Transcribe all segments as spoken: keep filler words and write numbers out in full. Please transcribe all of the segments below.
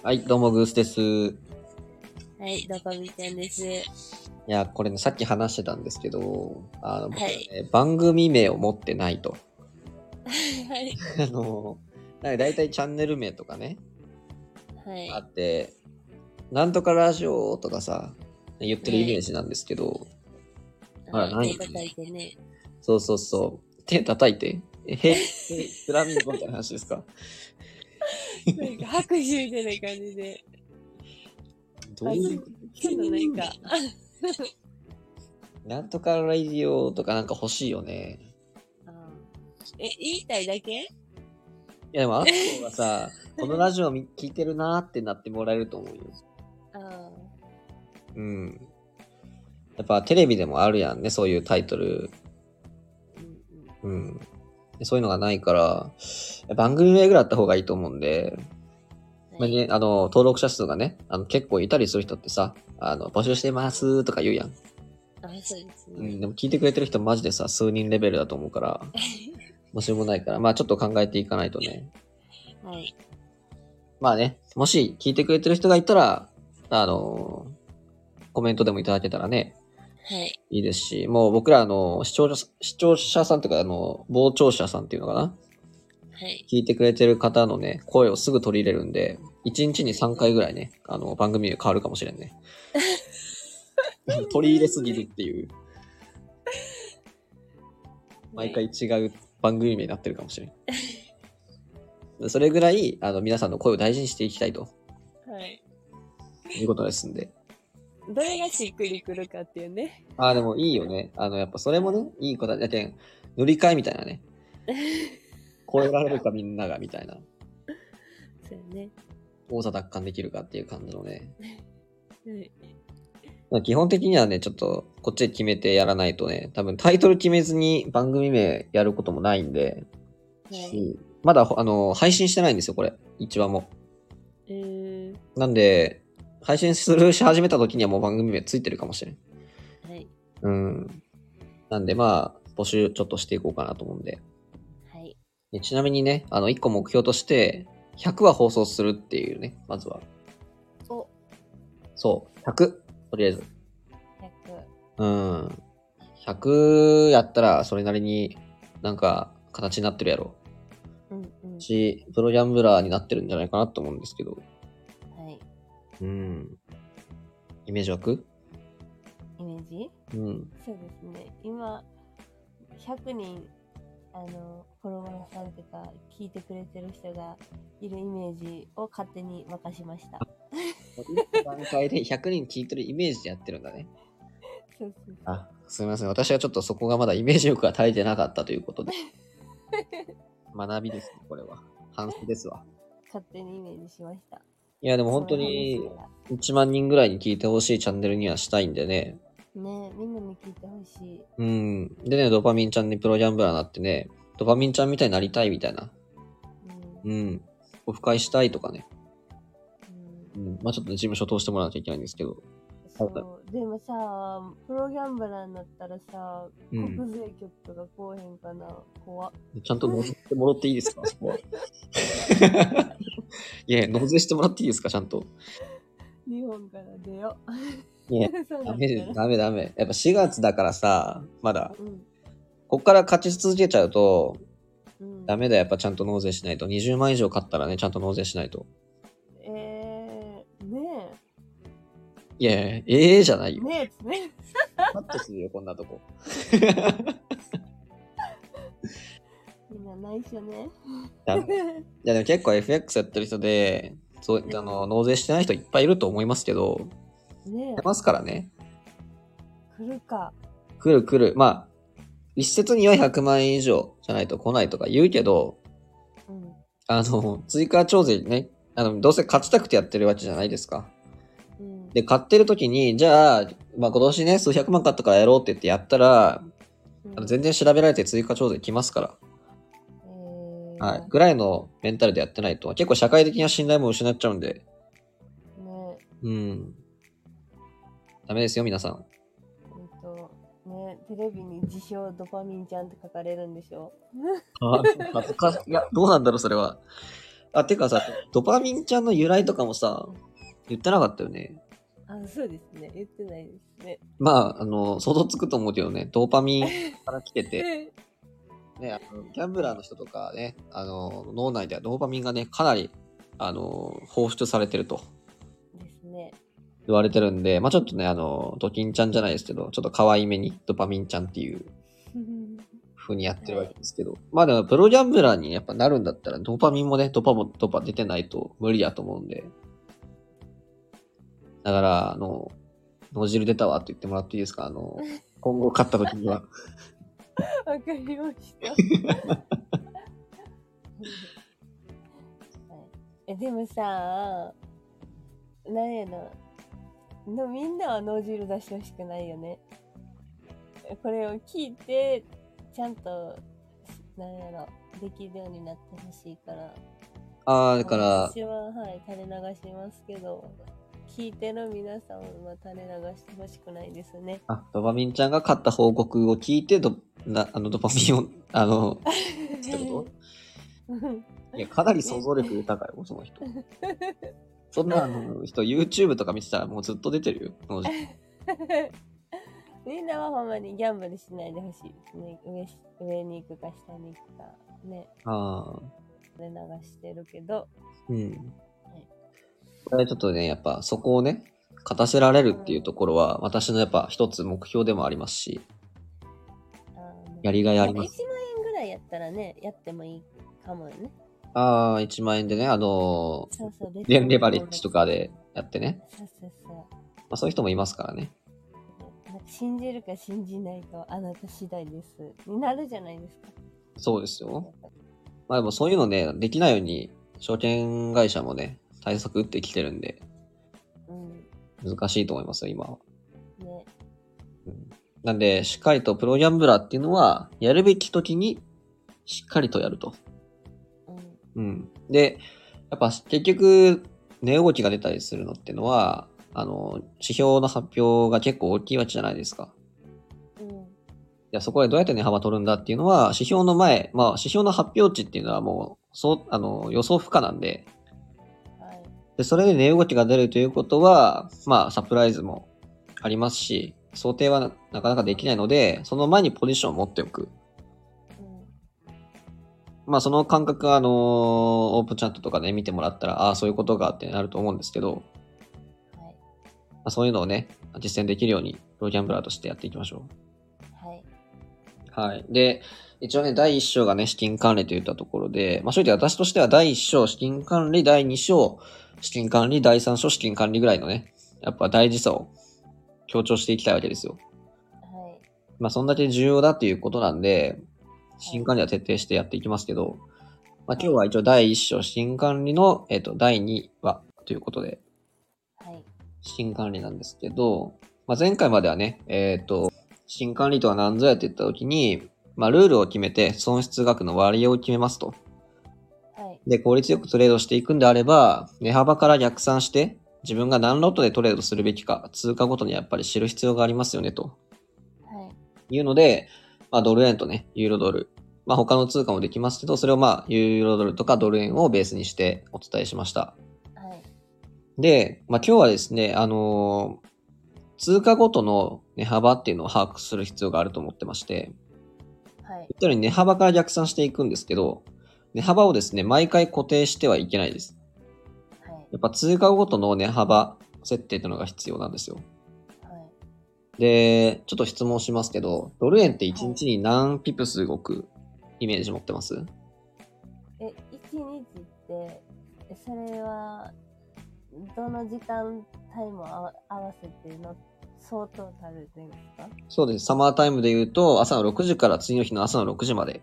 はい、どうも、グースです。いはい、ドコミちゃんです。 や、これね、さっき話してたんですけど、あの、僕はね、 い。 番組名を持ってないと。 はい。 あの、なんか大体チャンネル名とかね、あはい。 って、なんとかラジオとかさ、言ってるイはい。 メージなんですけど、まだあ、 ないよね。 手叩いてね。 そうそうそう。手叩いて。え、へ、へ、フラミンゴみたいな話ですか？ なんか拍手みたいな感じで。あ、 どういう、 そんなないか。 なんとかラジオとかなんか欲しいよね。 あえ、言いたいだけ？ いや、でもあった方がさ、このラジオ聞いてるなーってなってもらえると思うよ。 あうん。やっぱテレビでもあるやんね、そういうタイトル。 うんうん。 うん。でそういうのがないから、番組名ぐらいあった方がいいと思うんで、まあはい。 ね、あの、登録者数がね、あの、結構いたりする人ってさ、あの、募集してますとか言うやん。 あ、そうですね。 うん、でも聞いてくれてる人マジでさ、数人レベルだと思うから、もしもないから、まあちょっと考えていかないとね。 はい。 まあね、もし聞いてくれてる人がいたら、あの、コメントでもいただけたらね、 はい。 いいですし、もう僕らあの、視聴者、視聴者さんというか、あの、傍聴者さんっていうのかな、 はい。 聞いてくれてる方のね、声をすぐ取り入れるんで、いちにちにさんかいぐらいね、あの、番組が変わるかもしれんね。取り入れすぎるっていう、毎回違う番組名になってるかもしれん。それぐらい、あの、皆さんの声を大事にしていきたいとはい。 いうことですんで。 どれがしっくりくるかっていうね。 ああ、でもいいよね。あの、やっぱそれもね、いいことだけん、塗り替えみたいなね。超えられるかみんながみたいな。 そうやね。 王座奪還できるかっていう感じのね。 はい。 まあ基本的にはね、ちょっとこっちで決めてやらないとね、多分タイトル決めずに番組名やることもないんで、 はい。 しまだあの配信してないんですよ、これ。一話も。 えー、 なんで、配信するし始めた時にはもう番組名ついてるかもしれん。 はい。 うん。なんでまあ、募集ちょっとしていこうかなと思うんで。 はい。 でちなみにね、あの、一個目標として、ひゃくわ放送するっていうね、まずは。 お、 そう、ひゃく。とりあえず。 ひゃく。 うん。ひゃくやったら、それなりになんか、形になってるやろ。 うんうん。 し、プロギャンブラーになってるんじゃないかなと思うんですけど。 はい。 うん。イメージ湧く？ イメージ？ うん。 そうですね。今、ひゃくにん、あの、フォロワーさんとか聞いてくれてる人がいるイメージを勝手に沸かしました。 一段階でひゃくにん聞いてるイメージでやってるんだね。 そうそうそう。 あ、すみません。私はちょっとそこがまだイメージ力が足りてなかったということで。学びですね、これは。反省ですわ。 勝手にイメージしました。 いや、でも本当その話にからいちまん人ぐらいに聞いてほしいチャンネルにはしたいんでね。 ねえ、みんなに聞いてほしい。 うん。でね、ドパミンちゃんにプロギャンブラーになってね、ドパミンちゃんみたいになりたいみたいな。 うん。 うん。オフ会したいとかね。 う。 うんん。まあちょっとね、事務所通してもらわなきゃいけないんですけど。 そう。でもさ、プロギャンブラーになったらさ、 うん国税局とかこうへんかな。怖っ。 ちゃんと乗ってもらっていいですかそこは。いやいや、納税してもらっていいですかちゃんと。 日本から出よう。 いや、 そうなダメ、 ったら。 ダメ、ダメ。やっぱしがつだからさ、まだ、 うん。 こっから勝ち続けちゃうと、 うん。 ダメだよ。やっぱちゃんと納税しないと。にじゅうまん以上買ったらね、ちゃんと納税しないと。 えー、ねいやいや、ええじゃないえ。 よ。 ねえっつね。 カットするよ、こんなとこ。 みんな内緒ね。 ダメいや、でも結構 エフエックス やってる人で、そう、あの、納税してない人いっぱいいると思いますけど、 ね出ますからね。 え。来るか。 来る来る。まあ、一説にはひゃくまん円以上じゃないと来ないとか言うけど、 うん。 あの、追加徴税ね、あの、どうせ勝ちたくてやってるわけじゃないですか。 うん。 で、買ってる時に、じゃあ、まあ今年ね、数百万買ったからやろうって言ってやったら、あの全然調べられて追加徴税来ますから。 えー、 はい。ぐらいのメンタルでやってないと、結構社会的な信頼も失っちゃうんで。 ねうん。ダメですよ、皆さん。 え。えっと、ねテレビに自称ドパミンちゃんって書かれるんでしょ？ あ恥ずかしい。いや、どうなんだろう、それは。 あ、てかさ、ドパミンちゃんの由来とかもさ、言ってなかったよね。 あ、そうですね。言ってないですね。 まあ、あの、想像つくと思うけどね、ドーパミンから来てて、ね、あのギャンブラーの人とかね、あの、脳内ではドーパミンがね、かなり、あの、放出されてるとですね。 言われてるんで、まあちょっとね、あの、ドキンちゃんじゃないですけど、ちょっと可愛いめにドパミンちゃんっていう風にやってるわけですけど、まあでもプロギャンブラーにやっぱなるんだったら、ドーパミンもね、ドパもドパ出てないと無理やと思うんで、だから、あの、脳汁出たわって言ってもらっていいですか？あの、今後勝った時には。 わかりました。はいえでもさ、なんやろの、みんなは脳汁出してほしくないよね。これを聞いて、ちゃんと、なんやろ、できるようになってほしいから。 ああ、だから、 私は、はい、垂れ流しますけど、聞いてる皆さんは垂れ流してほしくないですね。 あ、ドパミンちゃんが勝った報告を聞いて、ド、な、あの、ドパミンを、あの、ってこといや、かなり想像力豊かよ、その人。そんな、あの、人、YouTube とか見てたらもうずっと出てるよ、この人。 みんなはほんまにギャンブルしないでほしいですね。上し、上に行くか下に行くか、ね。 ああ。 垂れ流してるけど。 うん。これちょっとね、やっぱそこをね、勝たせられるっていうところは、私のやっぱ一つ目標でもありますし、やりがいあります。 いちまん円ぐらいやったらね、やってもいいかもよね。 ああ、いちまん円でね、あのー、 そうそう、 レンレバレッジとかでやってね。 そうそうそう。 まあそういう人もいますからね。 なんか信じるか信じないかあなた次第です。になるじゃないですか。 そうですよ。まあでもそういうのね、できないように、証券会社もね、対策打ってきてるんで、うん、難しいと思いますよ、今は。ね。うん、なんで、しっかりとプロギャンブラーっていうのは、やるべき時に、しっかりとやると。うん。うん。で、やっぱ結局、値動きが出たりするのっていうのは、あの、指標の発表が結構大きいわけじゃないですか。うん。じゃあそこでどうやって値幅取るんだっていうのは、指標の前、まあ指標の発表値っていうのはもう、そう、あの、予想不可なんで、はい。で、それで値動きが出るということは、まあサプライズもありますし、想定はなかなかできないので、その前にポジションを持っておく。まあその感覚はあのー、オープンチャットとかで見てもらったら、ああ、そういうことがってなると思うんですけど、はい。まあ、そういうのをね、実践できるように、プロギャンブラーとしてやっていきましょう。はい。はい。で、一応ね、だいいっ章がね、資金管理といったところで、まあ正直私としてはだいいっ章資金管理、だいに章資金管理、だいさん章資金管理ぐらいのね、やっぱ大事さを強調していきたいわけですよ。はい。まあそんだけ重要だということなんで、資金管理は徹底してやっていきますけど、まあ、今日は一応だいいっ章資金管理の、えっと、だいに話ということで、はい。資金管理なんですけど、まあ、前回まではね、えっと、資金管理とは何ぞやって言ったときに、まあ、ルールを決めて損失額の割合を決めますと。はい。で、効率よくトレードしていくんであれば、値幅から逆算して、自分が何ロットでトレードするべきか、通貨ごとにやっぱり知る必要がありますよね、と。はい。いうので、まあ、ドル円とね、ユーロドル。まあ、他の通貨もできますけど、それをまあ、ユーロドルとかドル円をベースにしてお伝えしました。はい。で、まあ、今日はですね、あのー、通貨ごとの値幅っていうのを把握する必要があると思ってまして、はい。言ったように値幅から逆算していくんですけど、値幅をですね、毎回固定してはいけないです。はい。やっぱ通貨ごとの値幅設定というのが必要なんですよ。で、ちょっと質問しますけど、ドル円っていちにちに何ピプス動くイメージ持ってます？ え、いちにちって、それは、どの時間帯も合わせての相当たるですか？ そうです。サマータイムで言うと、朝のろくじから次の日の朝のろくじまで。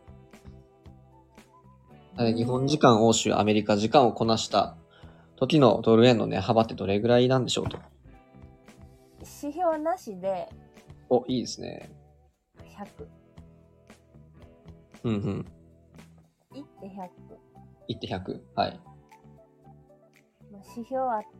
日本時間、欧州、アメリカ時間をこなした時のドル円の値幅ってどれぐらいなんでしょうと。 指標なしで、 お、いいですね。 ひゃく。 うんうん。 いってひゃく。 いってひゃく。はい。 まあ、指標あって、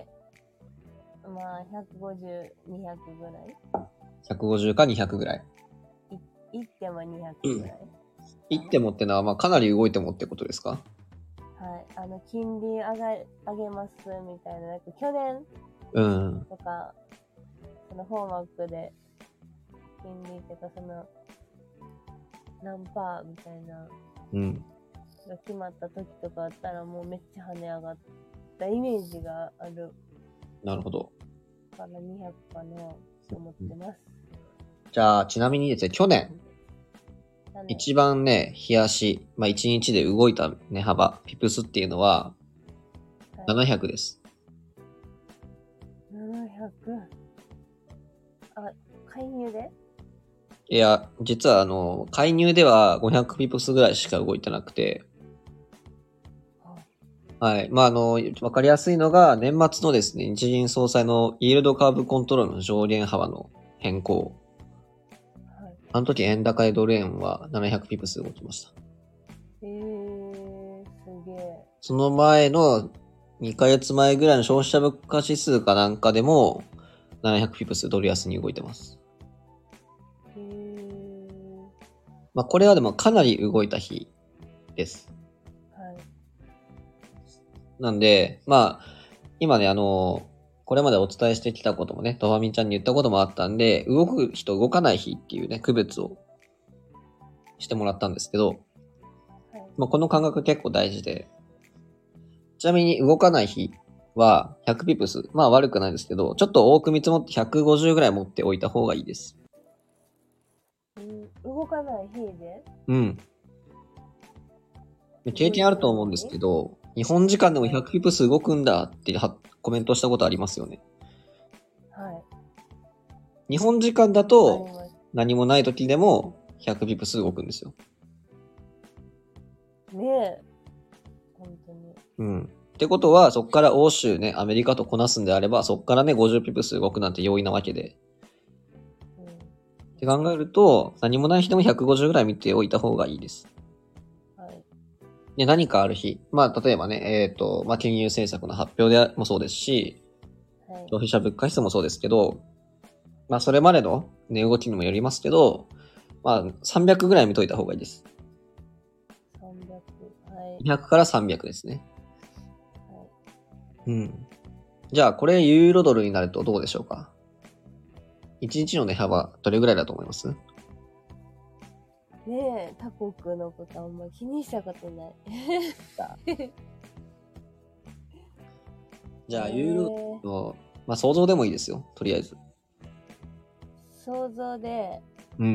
まあ、ひゃくごじゅう、にひゃくぐらい。 ひゃくごじゅうかにひゃくぐらい。 い、いってもにひゃくぐらい。 いってもってのは、まあ、かなり動いてもってことですか？ はい。ああの、金利上げ、上げますみたいな、なんか去年うん。 とか、そのフォーマックで、金利っていうかその、何パーみたいな、 うん。 が決まった時とかあったらもうめっちゃ跳ね上がったイメージがあるなるほど。 からにひゃくかなと思ってます。 じゃあ、ちなみにですね、去年、 なんで一番ね、日足、まあいちにちで動いた値幅、ピプスっていうのは、 はいななひゃくです。 ななひゃく。あ、介入でいや、実はあの、介入ではごひゃくピプスぐらいしか動いてなくて、 はいはい。まあ、あの、わかりやすいのが、年末のですね、日銀総裁のイールドカーブコントロールの上限幅の変更。 はい。 あの時、円高でドル円はななひゃくピプス動きました。 えー、すげえ。 その前のにかげつまえぐらいの消費者物価指数かなんかでも、ななひゃくピプスドル安に動いてます。 えー、 まあ、これはでもかなり動いた日です。 はい。 なんで、まあ、今ね、あの、これまでお伝えしてきたこともね、ドファミンちゃんに言ったこともあったんで、動く日と動かない日っていうね、区別をしてもらったんですけど、 はい。 まあ、この感覚結構大事で、ちなみに動かない日はひゃくピプス、まあ悪くないですけど、ちょっと多く見積もってひゃくごじゅうぐらい持っておいた方がいいです。 うん、動かない日でうん。経験あると思うんですけど、日本時間でもひゃくピプス動くんだってはコメントしたことありますよね。 はい。 日本時間だありとます何もない時でもひゃくピプス動くんですよ。 ねえ。本当に。 うん。ってことは、そこから欧州ね、アメリカとこなすんであれば、そこからね、ごじゅうピプス動くなんて容易なわけで。 うん。 って考えると、何もない日でもひゃくごじゅうぐらい見ておいた方がいいです。 はい。 で、何かある日。まあ、例えばね、えっと、まあ、金融政策の発表でもそうですし、 はい。 消費者物価指数もそうですけど、まあ、それまでの値動きにもよりますけど、まあ、さんびゃくぐらい見といた方がいいです。 さんびゃく。はい。 ひゃくからさんびゃくですね。 はい。 うん。じゃあ、これユーロドルになるとどうでしょうか？いちにちの値幅、どれぐらいだと思います？ ねえ、他国のことあんま気にしたことない。 じゃあ、 えーユーロの、まあ、想像でもいいですよ。とりあえず。 想像で、 うん。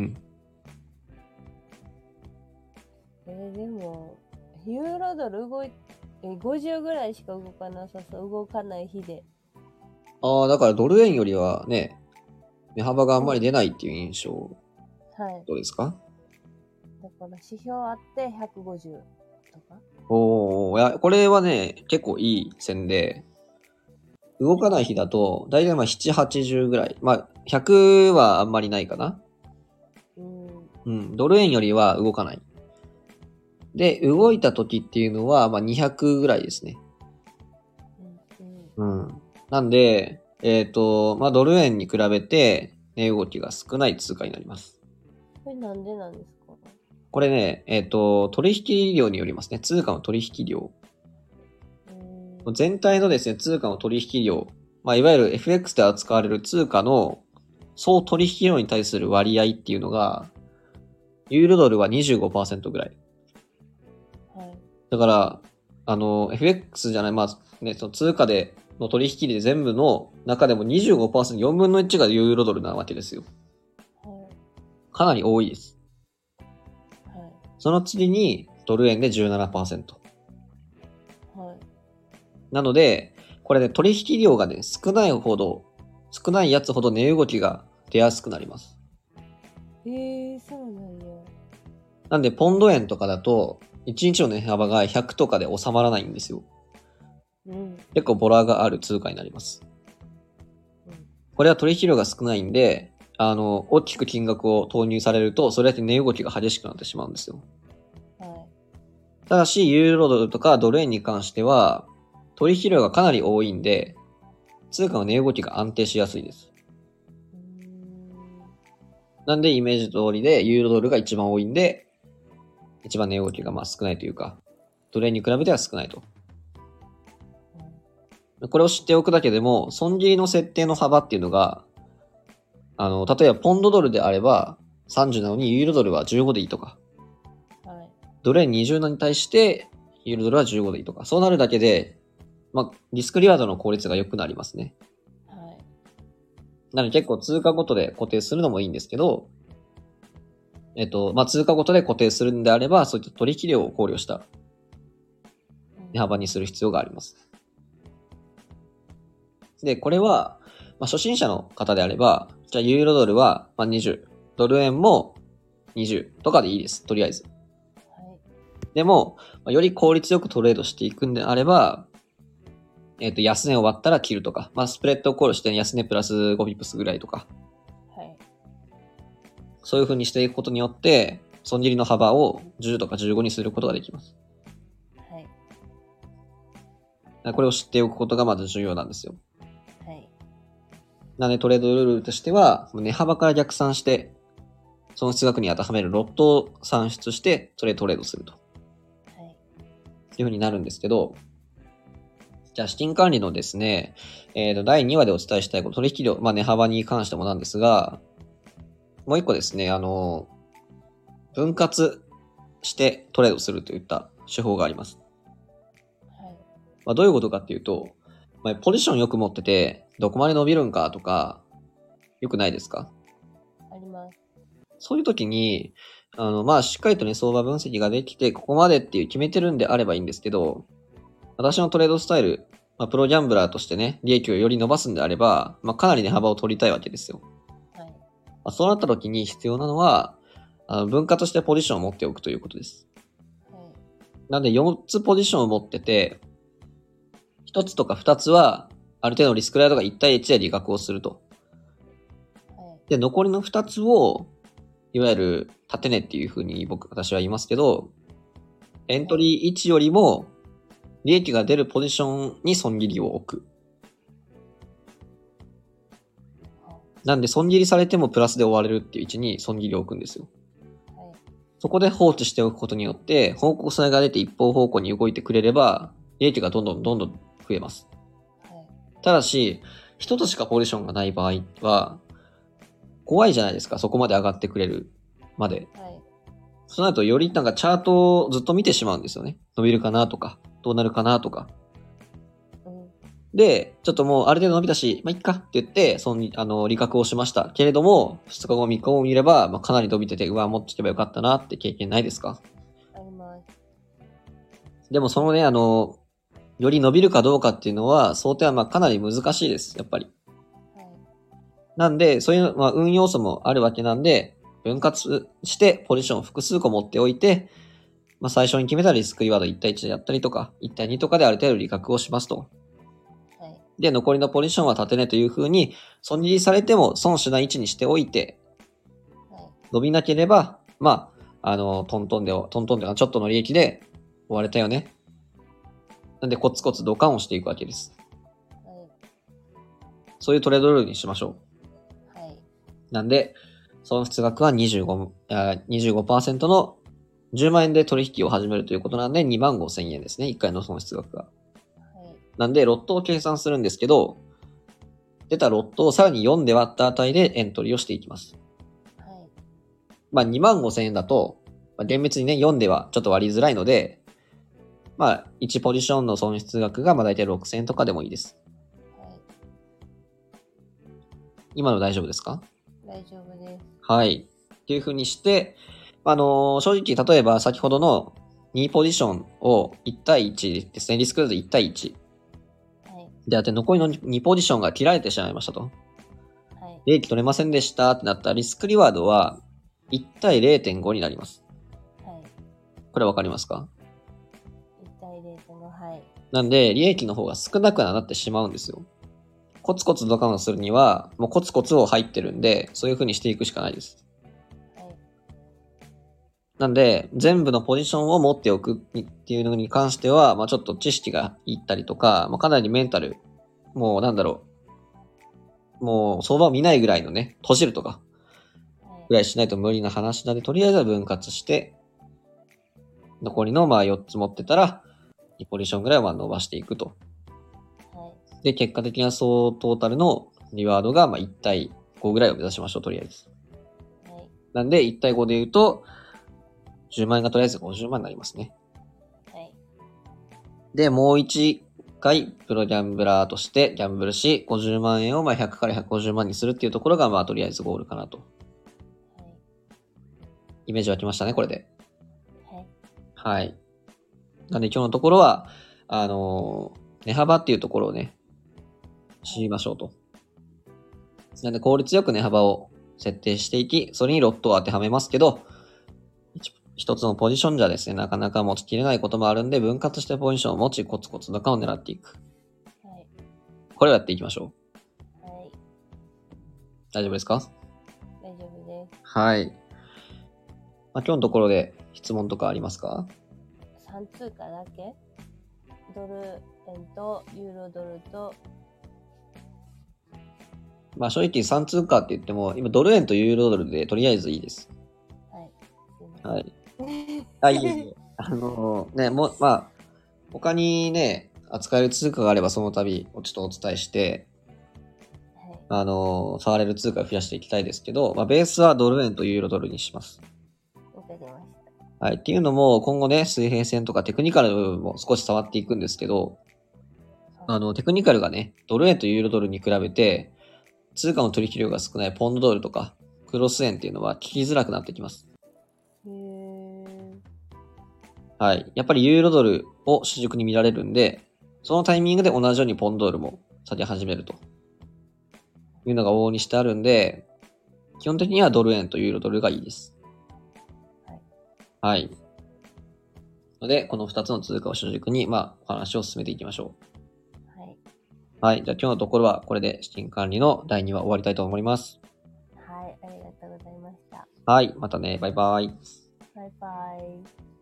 えー、でも、ユーロドル動い、え、ごじゅうぐらいしか動かなさそう。動かない日で。 ああ、だからドル円よりはね、値幅があんまり出ないっていう印象、 はい。 どうですか？ だから指標あってひゃくごじゅうとか。 おー、いや、これはね、結構いい線で、動かない日だと、だいたいまあなな、はちじゅうぐらい。まあ、ひゃくはあんまりないかな。 うん。 うん、ドル円よりは動かない。で、動いた時っていうのは、まあ、にひゃくぐらいですね。 うん。うん。 うん。なんで、えっと、まあ、ドル円に比べて、値動きが少ない通貨になります。 これなんでなんですか？ これね、えっと、取引量によりますね。通貨の取引量。 うん。 全体のですね、通貨の取引量。まあ、いわゆる エフエックス で扱われる通貨の総取引量に対する割合っていうのが、ユーロドルは にじゅうごパーセント ぐらい。 はい。 だから、あの、エフエックス じゃない、まあ、ね、その通貨での取引で全部の中でも にじゅうごパーセント、よんぶんのいちがユーロドルなわけですよ。 はい。 かなり多いです。 はい。 その次にドル円で じゅうななパーセント。 はい。 なので、これね、取引量がね、少ないほど、少ないやつほど値動きが出やすくなります。 えー、そうなんや。 なんで、ポンド円とかだと、いちにちの値幅がひゃくとかで収まらないんですよ。 うん。 結構ボラがある通貨になります。 うん。 これは取引量が少ないんで、あの、大きく金額を投入されると、それだけ値動きが激しくなってしまうんですよ。 はい。 ただし、ユーロドルとかドル円に関しては、取引量がかなり多いんで、通貨の値動きが安定しやすいです。 うーん。 なんで、イメージ通りで、ユーロドルが一番多いんで、一番値動きがまあ少ないというか、ドル円に比べては少ないと。 これを知っておくだけでも、損切りの設定の幅っていうのが、あの、例えばポンドドルであればさんじゅうなのにユーロドルはじゅうごでいいとか、 はい。 ドル円にじゅうのに対してユーロドルはじゅうごでいいとか、そうなるだけで、まあ、リスクリワードの効率が良くなりますね。 はい。 なので結構通貨ごとで固定するのもいいんですけど、えっと、まあ、通貨ごとで固定するんであれば、そういった取引量を考慮した値幅にする必要があります。で、これは、まあ、初心者の方であれば、じゃあユーロドルはまあにじゅう、ドル円もにじゅうとかでいいです。とりあえず。 はい。 でも、まあ、より効率よくトレードしていくんであれば、えっと、安値を割ったら切るとか、まあ、スプレッドを考慮して安値プラスごピップスぐらいとか、 はい。 そういう風にしていくことによって、損切りの幅をじゅうとかじゅうごにすることができます。 はい。 これを知っておくことがまず重要なんですよ。 はい。 なのでトレードルールとしては、値幅から逆算して、損失額に当てはめるロットを算出してトレトレードすると。はい。いう風になるんですけど、じゃあ資金管理のですね、えーと、だいにわでお伝えしたいこと、取引量、まあ値幅に関してもなんですが、もう一個ですね、あの、分割してトレードするといった手法があります。はい。まあ、どういうことかっていうと、まあ、ポジションよく持ってて、どこまで伸びるんかとか、よくないですか？ あります。 そういう時に、あの、まあ、しっかりとね、相場分析ができて、ここまでっていう決めてるんであればいいんですけど、私のトレードスタイル、まあ、プロギャンブラーとしてね、利益をより伸ばすんであれば、まあ、かなり値幅を取りたいわけですよ。はい。まあ、そうなった時に必要なのは、あの分割してポジションを持っておくということです。はい。なんでよっつポジションを持ってて、ひとつとかふたつは、ある程度リスクライドがいち対いちで利確をすると。はい。で、残りのふたつを、いわゆる縦値っていう風に僕、私は言いますけど、エントリーいちよりも利益が出るポジションに損切りを置く。なんで損切りされてもプラスで終われるっていう位置に損切りを置くんですよ。はい、そこで放置しておくことによって方向性が出て一方方向に動いてくれれば利益がどんどんどんどん増えます。はい、ただし、一つしかポジションがない場合は怖いじゃないですか。そこまで上がってくれるまで。はい、そうなるとよりなんかチャートをずっと見てしまうんですよね。伸びるかなとか、どうなるかなとか。で、ちょっともうある程度伸びたし、まあ、いっかって言って、その、あの、利確をしました。けれども、ふつかご、みっかご見れば、まあ、かなり伸びてて、うわ、もっといけばよかったなって経験ないですか？ あります。 でもそのね、あの、より伸びるかどうかっていうのは、想定はまあかなり難しいです、やっぱり。はい、なんで、そういう、まあ、運要素もあるわけなんで、分割してポジションを複数個持っておいて、まあ、最初に決めたリスクリワードいち対いちでやったりとか、いち対にとかである程度利確をしますと。で、残りのポジションは縦値という風に、損切りされても損しない位置にしておいて、伸びなければ、まあ、あの、トントンで、トントンでちょっとの利益で終われたよね。なんで、コツコツドカンをしていくわけです。はい、そういうトレードルールにしましょう。はい、なんで、損失額はにじゅうご、にじゅうごパーセント のじゅうまん円で取引を始めるということなんで、にまんごせんえんですね。いっかいの損失額が。なんで、ロットを計算するんですけど、出たロットをさらによんで割った値でエントリーをしていきます。はい。まあ、にまんごせんえんだと、まあ、厳密にね、よんではちょっと割りづらいので、まあ、いちポジションの損失額がまあ大体ろくせんえんとかでもいいです。はい。今の大丈夫ですか？ 大丈夫です。 はい。っていう風にして、あのー、正直、例えば先ほどのにポジションをいち対いちですね、リスクルーズいち対いち。であって残りのにポジションが切られてしまいましたと。はい。利益取れませんでしたってなったらリスクリワードはいち対 れいてんご になります。はい。これわかりますか？ いち対 れいてんご、はい。 なんで利益の方が少なくなってしまうんですよ。コツコツドカンするにはもうコツコツを入ってるんで、そういう風にしていくしかないです。はい。なんで全部のポジションを持っておくっていうのに関しては、まあちょっと知識がいったりとか、まあかなりメンタルもうなんだろう。もう相場を見ないぐらいのね、閉じるとか、ぐらいしないと無理な話なんで、とりあえずは分割して、残りのまあよっつ持ってたら、にポジションぐらいは伸ばしていくと。はい。 で、結果的な総トータルのリワードがまあいち対ごぐらいを目指しましょう、とりあえず。 はい。 なんで、いち対ごで言うと、じゅうまん円がとりあえずごじゅうまんになりますね。 はい。 で、もういっかいプロギャンブラーとしてギャンブルし、ごじゅうまん円をまあひゃくからひゃくごじゅうまんにするっていうところが、まあとりあえずゴールかなと。 はい。 イメージ湧きましたね、これで。 はい。 はい。なんで今日のところは、あのー、値幅っていうところをね、知りましょうと。なんで効率よく値幅を設定していき、それにロットを当てはめますけど、一つのポジションじゃですね、なかなか持ちきれないこともあるんで、分割してポジションを持ち、コツコツ高を狙っていく。 はい。 これをやっていきましょう。 はい。 大丈夫ですか？ 大丈夫です。 はい。まあ、今日のところで質問とかありますか？ さん通貨だけ？ドル円とユーロドルと、 まあ正直さん通貨って言っても、今ドル円とユーロドルでとりあえずいいです。 はい。すいません。 はい。あ、いいですよ。あのーね、もう、まあ、他にね、扱える通貨があればその度、ちょっとお伝えして、 はい。 あのー触れる通貨を増やしていきたいですけど、まあ、ベースはドル円とユーロドルにします。 わかりましはい。っていうのも、今後ね、水平線とかテクニカルも少し触っていくんですけど、 た。 あの、テクニカルがね、ドル円とユーロドルに比べて、通貨の取引量が少ないポンドドルとか、クロス円っていうのは聞きづらくなってきます。 へー。 はい。やっぱりユーロドルを主軸に見られるんで、そのタイミングで同じようにポンドドルも下げ始めるというのが往々にしてあるんで、基本的にはドル円とユーロドルがいいです。 はい。 はい。ので、このふたつの通貨を主軸に、まあ、お話を進めていきましょう。 はい。 はい。じゃあ今日のところは、これで資金管理のだいにわ終わりたいと思います。 はい。ありがとうございました。 はい。またね。バイバイ。 バイバイ。